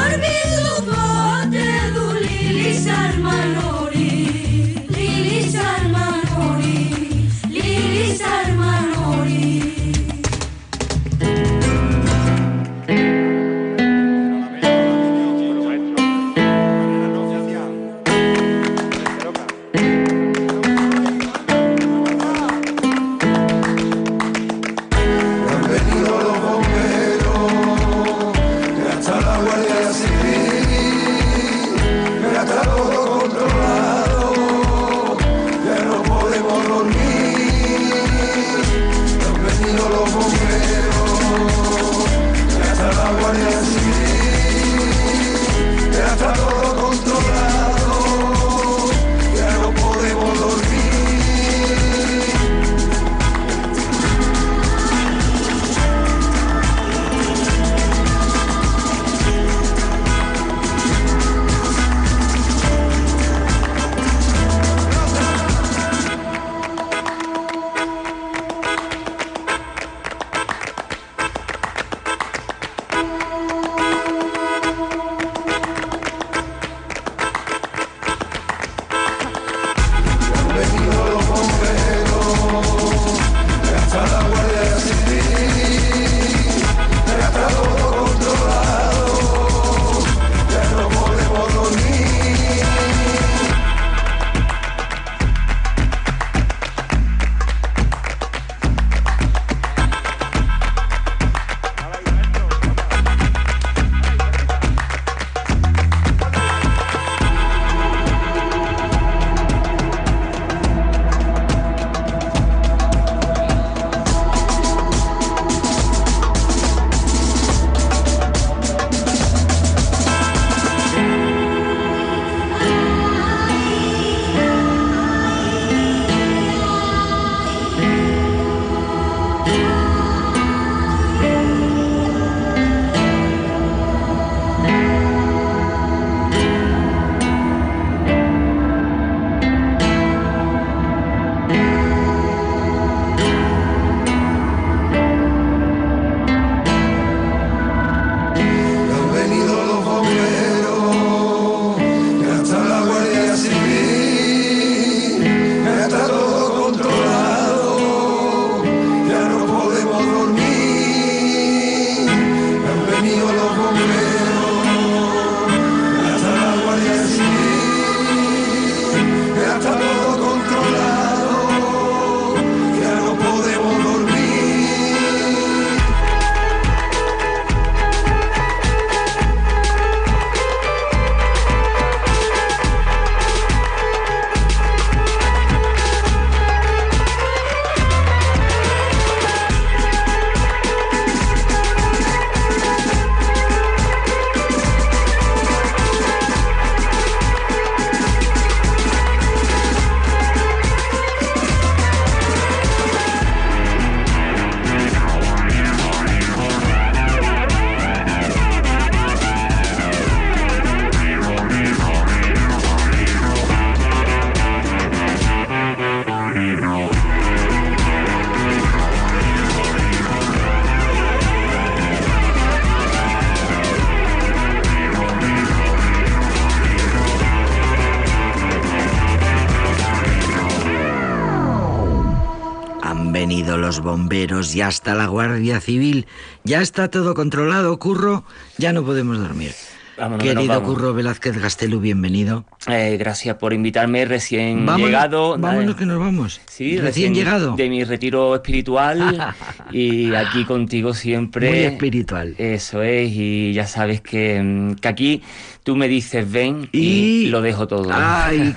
venido los bomberos, ya está la Guardia Civil, ya está todo controlado, Curro, ya no podemos dormir. Vámonos, Querido Curro Velázquez Gastelu, bienvenido. Gracias por invitarme, recién llegado. Vámonos que nos vamos. Sí, recién llegado. De mi retiro espiritual y aquí contigo siempre. Muy espiritual. Eso es, y ya sabes que aquí tú me dices ven y lo dejo todo. Ay,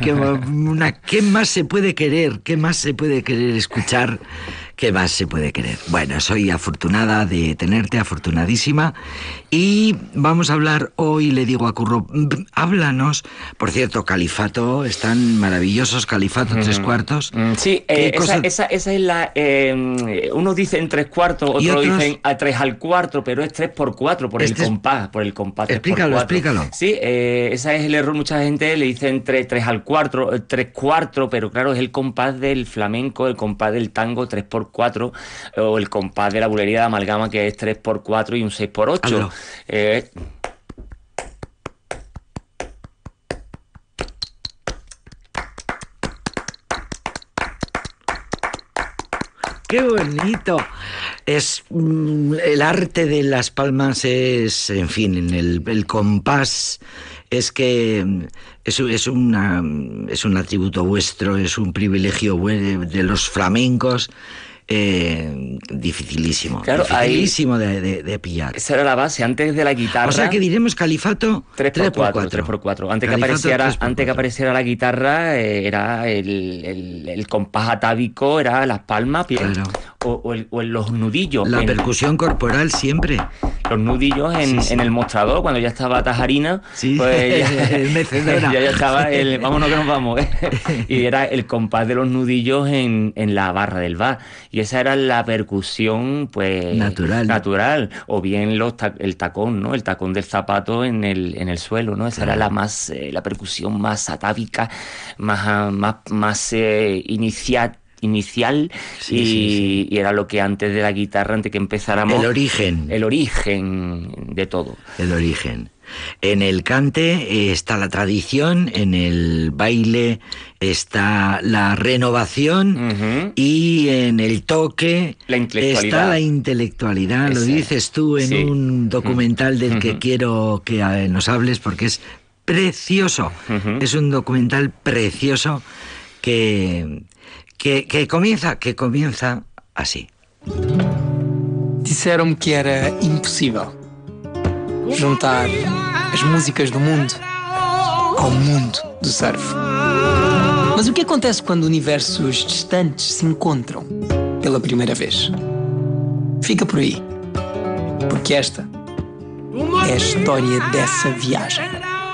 ¿qué más se puede querer? ¿Qué más se puede querer escuchar? ¿Qué más se puede querer? Bueno, soy afortunada de tenerte, afortunadísima. Y vamos a hablar hoy, le digo a Curro, háblanos. Por cierto, Califato, están maravillosos, Califato 3/4. Sí, esa es la... unos dicen 3/4, otros dicen a 3/4, pero es 3/4 por el compás. Explícalo. Sí, ese es el error. Mucha gente le dicen 3/4, 3/4, pero claro, es el compás del flamenco, el compás del tango 3/4, o el compás de la bulería de amalgama, que es 3/4 y un 6/8. ¡Qué bonito! El arte de las palmas es, en fin, en el compás, es que es un atributo vuestro, es un privilegio de los flamencos. Dificilísimo, claro, dificilísimo de pillar. Esa era la base, antes de la guitarra. O sea que diremos califato 3x4. 3x4. Antes que apareciera la guitarra, era el compás atávico, era las palmas, claro. o los nudillos. La percusión corporal siempre. Los nudillos en el mostrador, cuando ya estaba Tajarina, sí. Pues ya estaba vámonos que nos vamos. Y era el compás de los nudillos en la barra del bar. Y esa era la percusión, pues, natural. O bien el tacón, ¿no? El tacón del zapato en el suelo, ¿no? Esa era la percusión más atávica, más inicial. Sí. Y era lo que antes de la guitarra, antes que empezáramos... El origen de todo. El origen. En el cante está la tradición, en el baile está la renovación, y en el toque está la intelectualidad. Lo dices tú en un documental del que quiero que nos hables, porque es precioso. Es un documental precioso que comienza así. Disseram-me que era impossível juntar as músicas do mundo ao mundo do surf. Mas o que acontece quando universos distantes se encontram pela primeira vez? Fica por aí, porque esta é a história dessa viagem.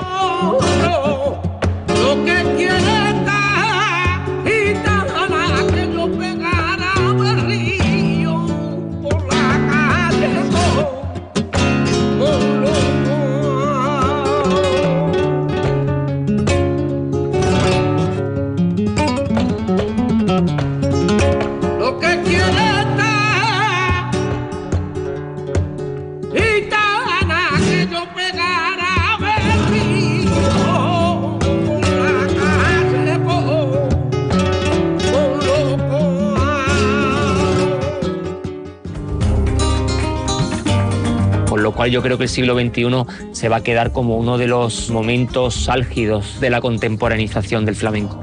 Lo cual yo creo que el siglo XXI se va a quedar como uno de los momentos álgidos de la contemporaneización del flamenco.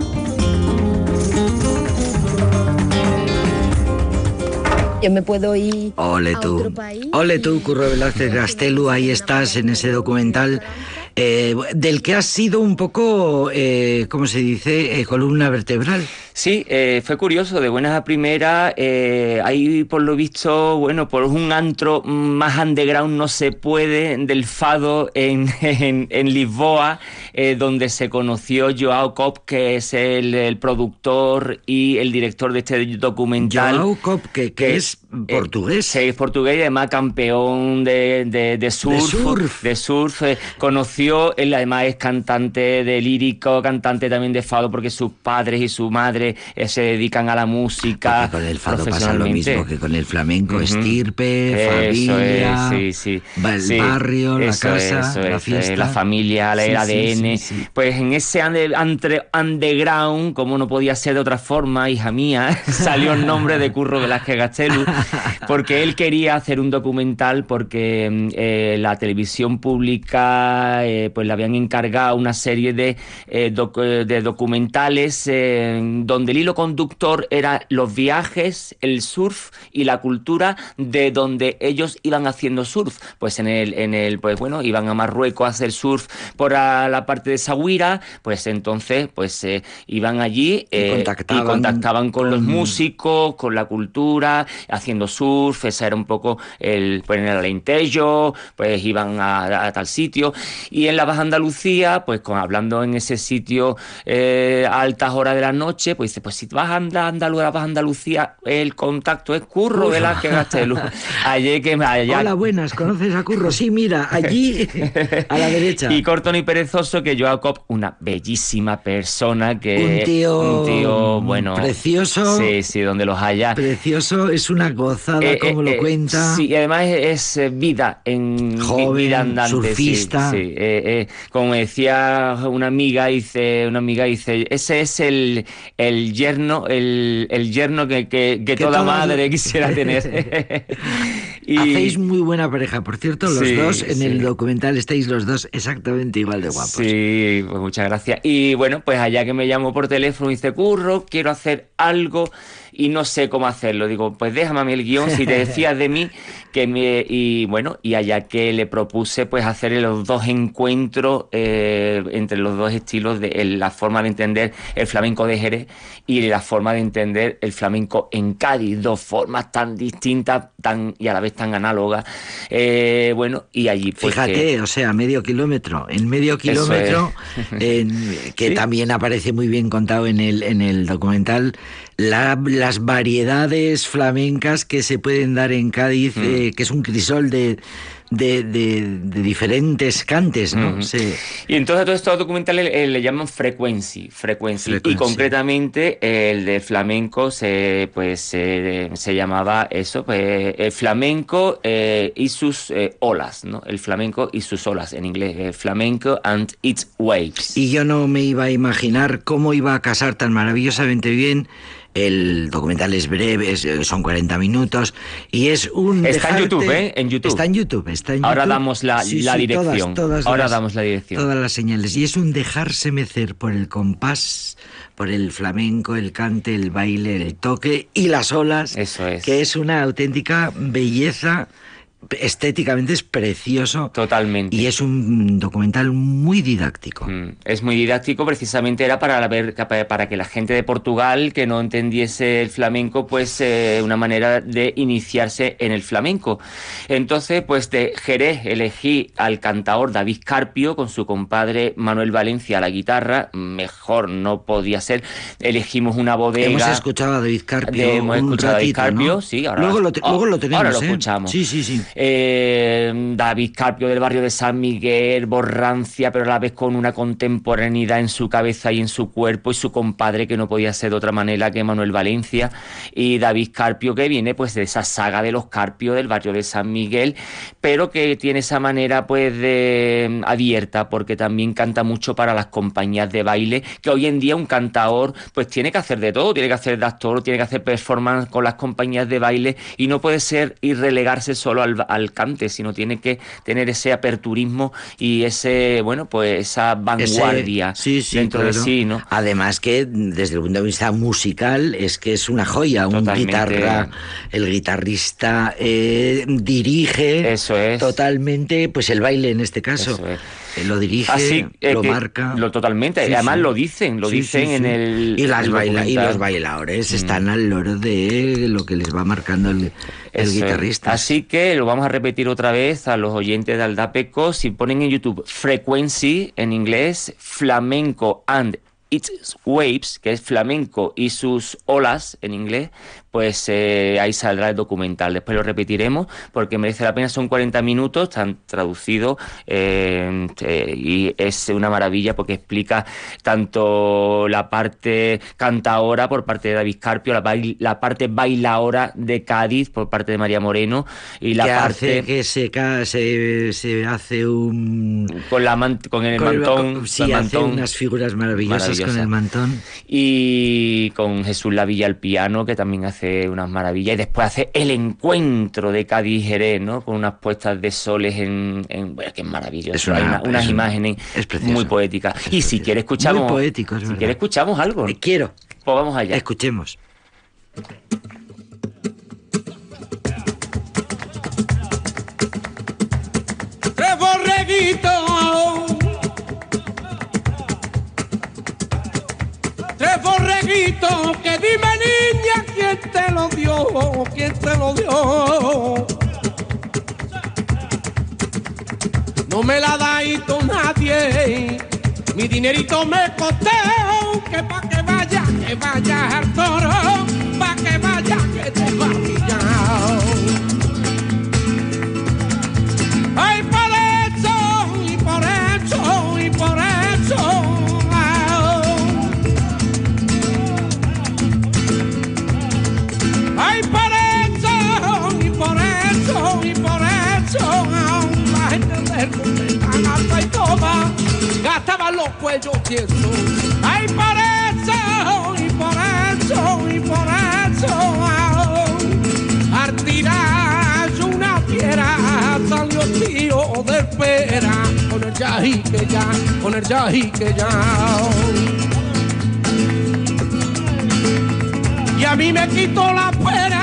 Yo me puedo ir a otro país. Ole tú, Curro Velázquez Gastelu, ahí estás en ese documental del que has sido un poco, ¿cómo se dice?, columna vertebral. Sí, fue curioso, de buenas a primeras, ahí por lo visto, bueno, por un antro más underground no se puede, del Fado en Lisboa, donde se conoció Joao Cop, que es el productor y el director de este documental. Joao Cop, que es portugués. Sí, es portugués y además campeón de surf. Conoció, él además es cantante de lírico, cantante también de fado, porque sus padres y su madre se dedican a la música. Porque con el fado pasa lo mismo que con el flamenco, estirpe, familia, el barrio, la casa, la fiesta. La familia, el ADN. Sí. Pues en ese underground, como no podía ser de otra forma, hija mía, salió el nombre de Curro Velázquez Gastelu, porque él quería hacer un documental, porque la televisión pública pues le habían encargado una serie de documentales donde el hilo conductor era los viajes, el surf y la cultura de donde ellos iban haciendo surf. Pues pues bueno, iban a Marruecos a hacer surf por la parte de Sahuira, pues entonces pues iban allí y contactaban con los músicos, con la cultura, haciendo surf. Esa era un poco pues en el Alentejo, pues iban a tal sitio, y en la Baja Andalucía, pues hablando en ese sitio a altas horas de la noche, pues dice, pues si vas a la Baja Andalucía, el contacto es Curro Velázquez Gastelu. Hola, buenas, ¿conoces a Curro? Sí, mira, allí a la derecha. Y corto ni perezoso, que Joao Cop, una bellísima persona, que un tío bueno, precioso. Sí, donde los haya. Precioso, es una gozada como lo cuenta. Sí, y además es vida joven, vida andante, surfista. Sí. Como decía una amiga dice, ese es el yerno, el yerno que toda madre quisiera tener. Y hacéis muy buena pareja, por cierto, los dos en sí. el documental estáis los dos exactamente igual de guapos. Sí, pues muchas gracias. Y bueno, pues allá que me llamó por teléfono y dice, Curro, quiero hacer algo y no sé cómo hacerlo. Digo, pues déjame a mí el guión, si te decías de mí, y bueno, y allá que le propuse pues hacer los dos encuentros entre los dos estilos, la forma de entender el flamenco de Jerez y la forma de entender el flamenco en Cádiz, dos formas tan distintas y a la vez tan análogas. Bueno, y allí pues fíjate, o sea, medio kilómetro, que ¿Sí? también aparece muy bien contado en el documental, las variedades flamencas que se pueden dar en Cádiz, que es un crisol de diferentes cantes, ¿no? Sí. Y entonces a todos estos documentales le llaman frequency. Y concretamente el de flamenco se llamaba eso, pues el flamenco y sus olas, ¿no? El flamenco y sus olas en inglés, flamenco and its waves. Y yo no me iba a imaginar cómo iba a casar tan maravillosamente bien. El documental es breve, son 40 minutos y es un... Está en YouTube, ¿eh? En YouTube. Está en YouTube. Ahora damos la dirección. Damos la dirección. Todas las señales. Y es un dejarse mecer por el compás, por el flamenco, el cante, el baile, el toque y las olas. Eso es. Que es una auténtica belleza. Estéticamente es precioso. Totalmente. Y es un documental muy didáctico. Es muy didáctico, precisamente era para que la gente de Portugal que no entendiese el flamenco, pues una manera de iniciarse en el flamenco. Entonces, pues de Jerez elegí al cantaor David Carpio con su compadre Manuel Valencia a la guitarra. Mejor no podía ser. Elegimos una bodega. Hemos escuchado a David Carpio. Hemos escuchado a David Carpio, ¿no? Sí. Ahora luego lo tenemos. Ahora lo escuchamos. Sí. David Carpio del barrio de San Miguel, Borrancia, pero a la vez con una contemporaneidad en su cabeza y en su cuerpo, y su compadre que no podía ser de otra manera que Manuel Valencia, y David Carpio que viene pues de esa saga de los Carpio del barrio de San Miguel, pero que tiene esa manera pues de abierta, porque también canta mucho para las compañías de baile, que hoy en día un cantaor pues tiene que hacer de todo, tiene que hacer de actor, tiene que hacer performance con las compañías de baile, y no puede ser y relegarse solo al cante, sino tiene que tener ese aperturismo y esa vanguardia dentro de sí, ¿no? Además que desde el punto de vista musical es que es una joya. El guitarrista dirige totalmente, pues el baile en este caso. Lo dirige, lo marca. Totalmente. Además lo dicen en el. Y los bailadores están al loro de lo que les va marcando el guitarrista. Así que lo vamos a repetir otra vez a los oyentes de Aldapeco. Si ponen en YouTube Frequency en inglés, Flamenco and its waves, que es flamenco y sus olas en inglés, pues ahí saldrá el documental. Después lo repetiremos porque merece la pena. Son 40 minutos, están traducidos y es una maravilla porque explica tanto la parte cantaora por parte de David Carpio, la parte bailaora de Cádiz por parte de María Moreno, y la parte hace que se hace un con el mantón, hace unas figuras maravillosas con el mantón, y con Jesús Lavilla al piano, que también hace unas maravillas, y después hace el encuentro de Cádiz y Jerez, ¿no? Con unas puestas de soles bueno, que es maravilloso. Hay unas imágenes muy poéticas. Y si quieres escuchamos, muy poético, si quieres escuchamos algo. Quiero. Pues vamos allá. Escuchemos. ¡Tres borreguitos! ¡Tres borreguitos! Que dime, niña, ¿quién te lo dio? ¿Quién te lo dio? No me la da hito nadie, mi dinerito me costó, que pa' que vaya al toro, pa' que vaya que te va pillado. Ay, por eso, y por eso, y por eso. Ay, por eso, y por eso, y por eso. La gente del mundo tan alta y toda gastaba los cuellos tiesos. Ay, por eso, y por eso. yajique ya, con el yajique ya. Y a mí me quitó la pena,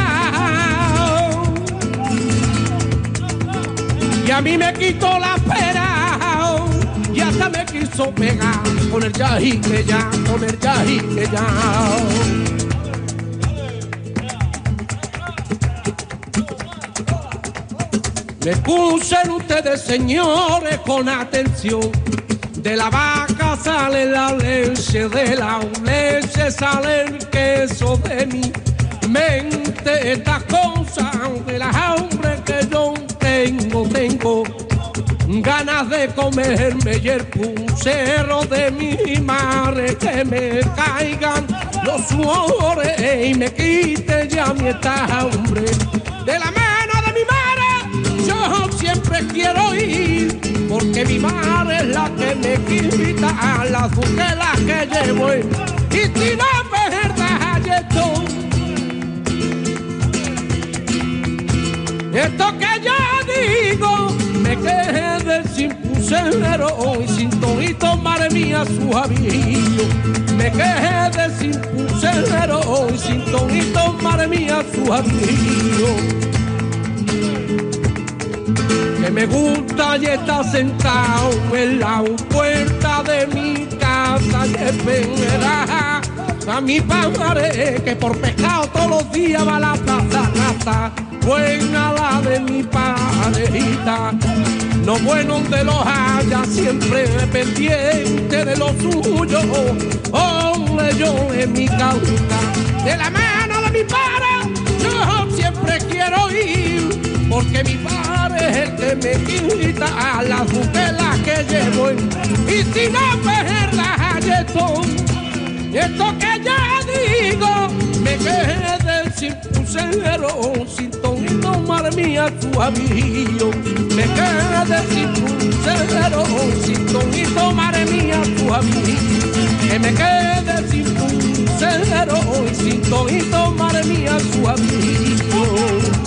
y a mí me quitó la pena, y hasta me quiso pegar con el yajique ya, con el yajique ya. Me escuchen ustedes, señores, con atención. De la vaca sale la leche, de la leche sale el queso, de mi mente estas cosas, de las hambre que yo tengo ganas de comerme y el puchero de mi madre, que me caigan los sudores y me quite ya mi esta hambre. De la mano de mi madre yo siempre quiero ir, porque mi madre es la que me quita las buquelas que llevo. Y si no es verdad esto que yo digo, me quedé sin puchero y sin tonito, madre mía, su avillo. Me quedé sin puchero y sin tonito, madre mía, su avillo. Que me gusta y está sentado en la puerta de mi casa y espera a mi padre, que por pescado todos los días va a la plaza. Buena la de mi parejita, no bueno donde los haya, siempre pendiente de lo suyo. Hombre, yo en mi causa, de la mano de mi padre, yo siempre quiero ir, porque mi padre es el que me quita las buquelas que llevo. Y si no me verdad esto que yo digo, me quedé sin puchero, sin tonito, madre mía, tu avillo. Me quedé sin puchero, sin tonito, madre mía, tu avillo. Que me quedé sin puchero, sin tonito, madre mía, tu avillo.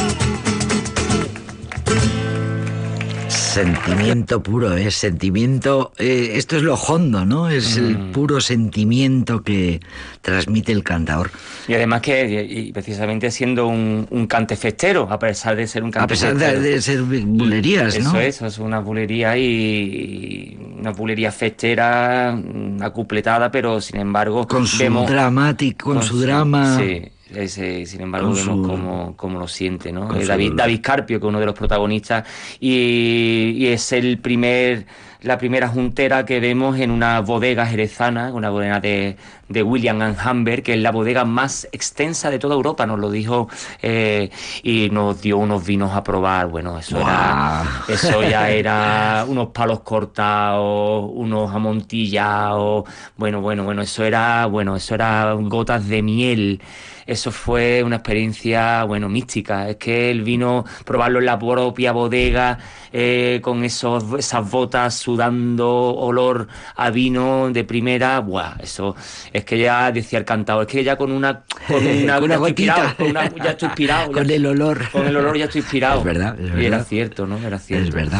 Sentimiento puro, es sentimiento. Esto es lo hondo, ¿no? Es el puro sentimiento que transmite el cantador. Y además que, precisamente siendo un cante festero, a pesar de ser un cante festero. A pesar de ser bulerías, ¿no? Eso es una bulería y una bulería festera, acupletada, pero sin embargo... Con su dramático, con su drama... Sí. Sin embargo vemos cómo lo siente, ¿no? David Carpio, que es uno de los protagonistas, y es la primera juntera que vemos en una bodega jerezana, una bodega de William & Humbert, que es la bodega más extensa de toda Europa, nos lo dijo, y nos dio unos vinos a probar. Bueno, eso ya era unos palos cortados, unos amontillados, bueno, eso era gotas de miel. Eso fue una experiencia, mística. Es que el vino, probarlo en la propia bodega, con esas botas sudando olor a vino de primera, eso es que ya decía el cantador, es que ya con una gotita, ya estoy inspirado. Con el olor ya estoy inspirado. Es verdad. Y era cierto, ¿no? Era cierto. Es verdad.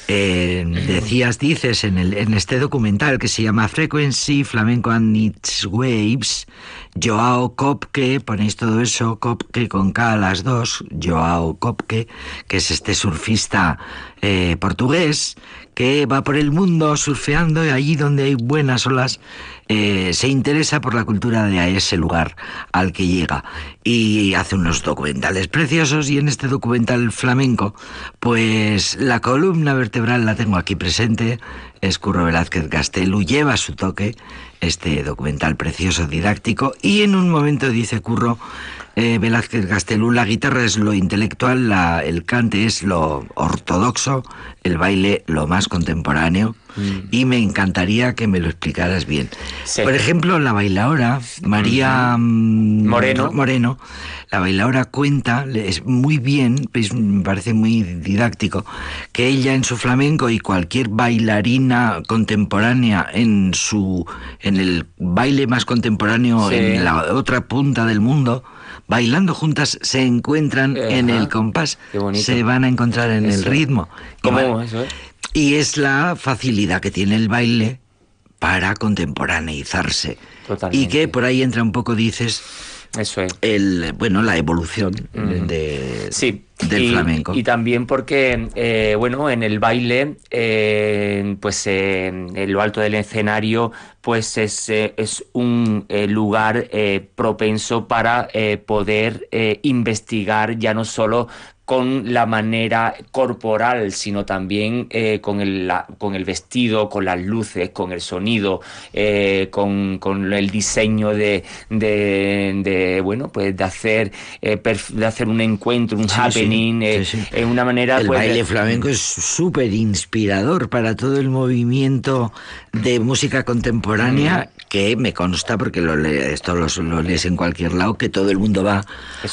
Dices en este documental que se llama Frequency, Flamenco and its Waves, Joao Kopke, ponéis todo eso, Kopke con K a las dos, Joao Kopke, que es este surfista portugués que va por el mundo surfeando, y allí donde hay buenas olas se interesa por la cultura de ese lugar al que llega, y hace unos documentales preciosos. Y en este documental flamenco, pues la columna vertebral la tengo aquí presente, es Curro Velázquez Gastelu, lleva su toque, este documental precioso, didáctico, y en un momento dice Curro Velázquez Gastelu, la guitarra es lo intelectual, el cante es lo ortodoxo, el baile lo más contemporáneo, y me encantaría que me lo explicaras bien. Sí. Por ejemplo, la bailaora María Moreno, la bailaora cuenta, es muy bien, me parece muy didáctico, que ella en su flamenco y cualquier bailarina contemporánea en el baile más contemporáneo, sí, en la otra punta del mundo, bailando juntas, se encuentran en el compás, se van a encontrar en el ritmo. ¿Cómo eso es? Y es la facilidad que tiene el baile para contemporaneizarse. Totalmente. Y que por ahí entra un poco, dices, eso es. la evolución del flamenco. Y también porque, en el baile, en lo alto del escenario, pues es un lugar propenso para poder investigar ya no solo con la manera corporal, sino también con el vestido, con las luces, con el sonido, con el diseño de hacer un encuentro, un happening, en una manera. El baile flamenco es súper inspirador para todo el movimiento de música contemporánea, que me consta, porque lo lees en cualquier lado, que todo el mundo va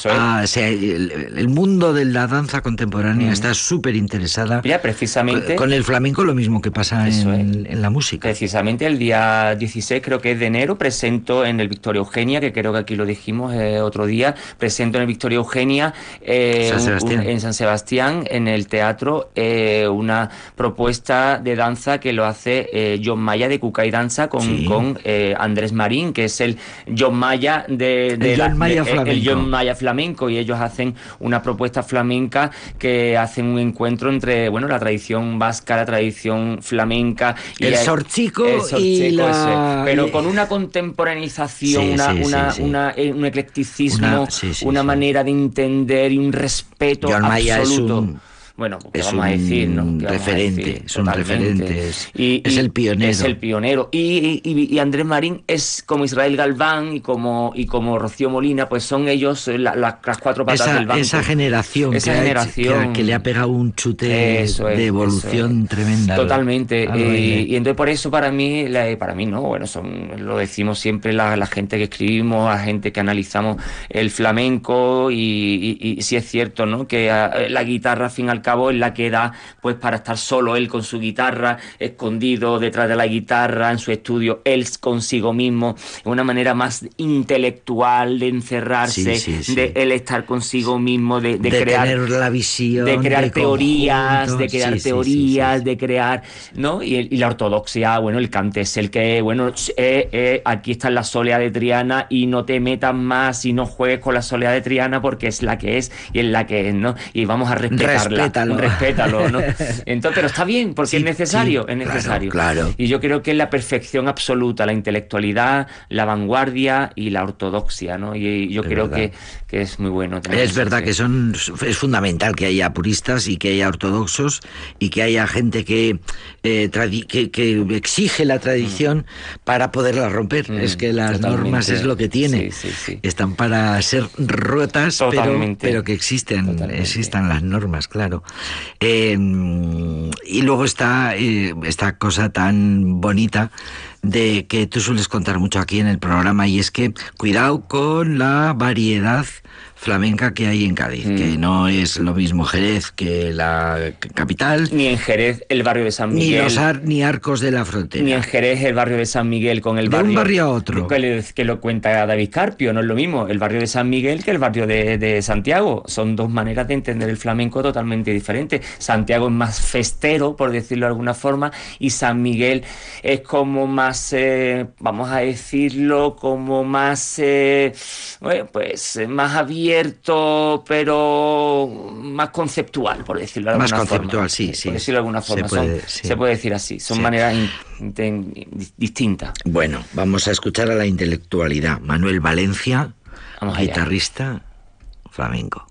el mundo de la danza contemporánea está súper interesada. Mira, precisamente con el flamenco, lo mismo que pasa en la música. Precisamente el día 16, creo que es de enero, presento en el Victoria Eugenia, que creo que aquí lo dijimos otro día, presento en el Victoria Eugenia en San Sebastián, en el teatro, una propuesta de danza que lo hace John Maya de Cucay Danza con Andrés Marín, que es el John Maya el John Maya flamenco, y ellos hacen una propuesta flamenca que hacen un encuentro entre la tradición vasca, la tradición flamenca y el sorchico pero con una contemporaneización, un eclecticismo, una manera de entender y un respeto John Maya absoluto. ¿Qué vamos a decir, ¿no? Referente, es un referente, es el pionero. Es el pionero. Y Andrés Marín es como Israel Galván y como Rocío Molina, pues son ellos las cuatro patas del banco. Esa generación que le ha pegado un chute de evolución tremenda. Totalmente. Y entonces por eso para mí no, lo decimos siempre la gente que escribimos, la gente que analizamos el flamenco, y sí es cierto, ¿no? Que la guitarra, al fin y al cabo, es la que da pues para estar solo él con su guitarra, escondido detrás de la guitarra en su estudio, él consigo mismo, una manera más intelectual de encerrarse, de él estar consigo mismo, de crear, tener la visión, de crear teorías, de crear, ¿no? Y la ortodoxia, el cante es el que, aquí está la solea de Triana y no te metas más y no juegues con la solea de Triana porque es la que es y es la que es, ¿no? Y vamos a respetarla. Respétalo, ¿no? Entonces, pero está bien, porque es necesario. Claro. Y yo creo que es la perfección absoluta, la intelectualidad, la vanguardia y la ortodoxia, ¿no? Y yo creo que es muy bueno. Es verdad que es fundamental que haya puristas y que haya ortodoxos y que haya gente que exige la tradición para poderla romper. Es que las normas es lo que tiene. Están para ser rotas, pero que existan las normas, claro. Y luego está esta cosa tan bonita de que tú sueles contar mucho aquí en el programa, y es que cuidado con la variedad flamenca que hay en Cádiz, que no es lo mismo Jerez que la capital. Ni en Jerez el barrio de San Miguel. Ni Arcos de la Frontera. Ni en Jerez el barrio de San Miguel con el barrio... De un barrio a otro. Que lo cuenta David Carpio, no es lo mismo el barrio de San Miguel que el barrio de Santiago. Son dos maneras de entender el flamenco totalmente diferentes. Santiago es más festero, por decirlo de alguna forma, y San Miguel es como más, vamos a decirlo, como más, más abierto, pero más conceptual, por decirlo de alguna forma. Más conceptual, sí. Por decirlo de alguna forma. Se puede decir así. Son maneras distintas. Bueno, vamos a escuchar a la intelectualidad. Manuel Valencia, guitarrista flamenco.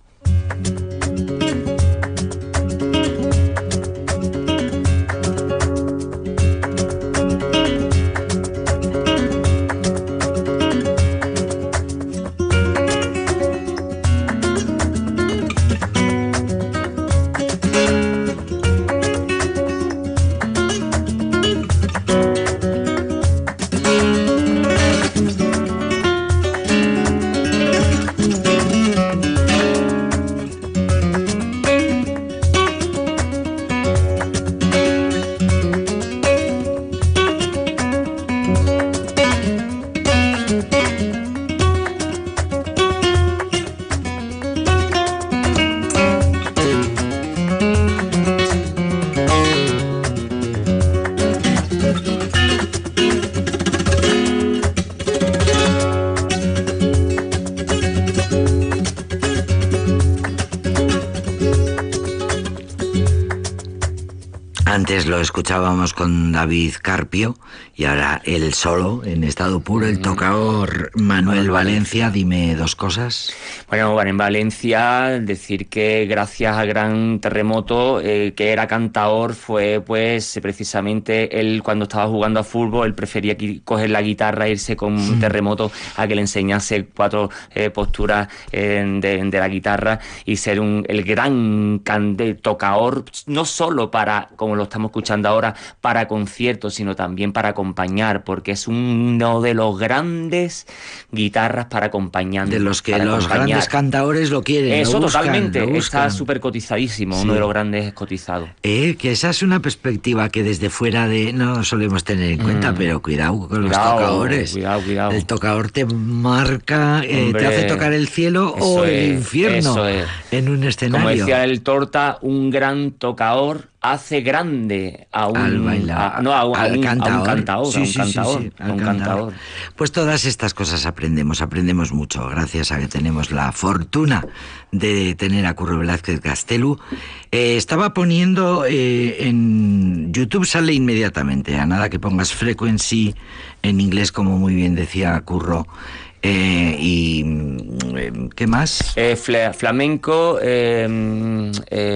Antes lo escuchábamos con David Carpio y ahora él solo, en estado puro, el tocador Manuel Valencia. Dime dos cosas. Bueno, en Valencia, decir que gracias al gran terremoto, que era cantaor, fue pues precisamente él cuando estaba jugando a fútbol, él prefería coger la guitarra e irse con un terremoto a que le enseñase 4 posturas de la guitarra y ser el gran tocador, no solo para, como lo estamos escuchando ahora, para conciertos, sino también para acompañar, porque es uno de los grandes guitarras para acompañar. De los que los grandes cantadores lo quieren. Eso lo buscan, totalmente, lo buscan. Está súper cotizadísimo, sí. Uno de los grandes cotizados. Que esa es una perspectiva que desde fuera no solemos tener en cuenta, pero cuidado con los tocadores. Cuidado. El tocador te marca, te hace tocar el cielo o el infierno en un escenario. Como decía el Torta, un gran tocador hace grande a un cantador. Pues todas estas cosas aprendemos mucho, gracias a que tenemos la fortuna de tener a Curro Velázquez Gaztelu. Estaba poniendo en YouTube, sale inmediatamente, a nada que pongas Frequency en inglés, como muy bien decía Curro. ¿Y qué más? Flamenco and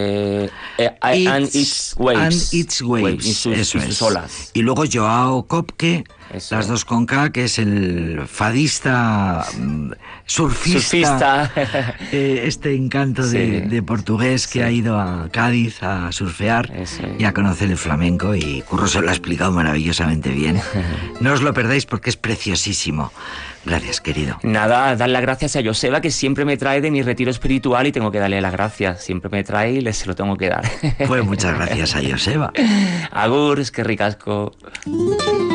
its waves. Y sus olas. Y luego Joao Kopke, las dos con K, que es el fadista, surfista. Este encanto de portugués que ha ido a Cádiz a surfear y a conocer el flamenco, y Curro se lo ha explicado maravillosamente bien. No os lo perdáis porque es preciosísimo. Gracias, querido. Nada, dar las gracias a Joseba, que siempre me trae de mi retiro espiritual y tengo que darle las gracias. Siempre me trae y se lo tengo que dar. Pues muchas gracias a Joseba. Agur, es que ricasco.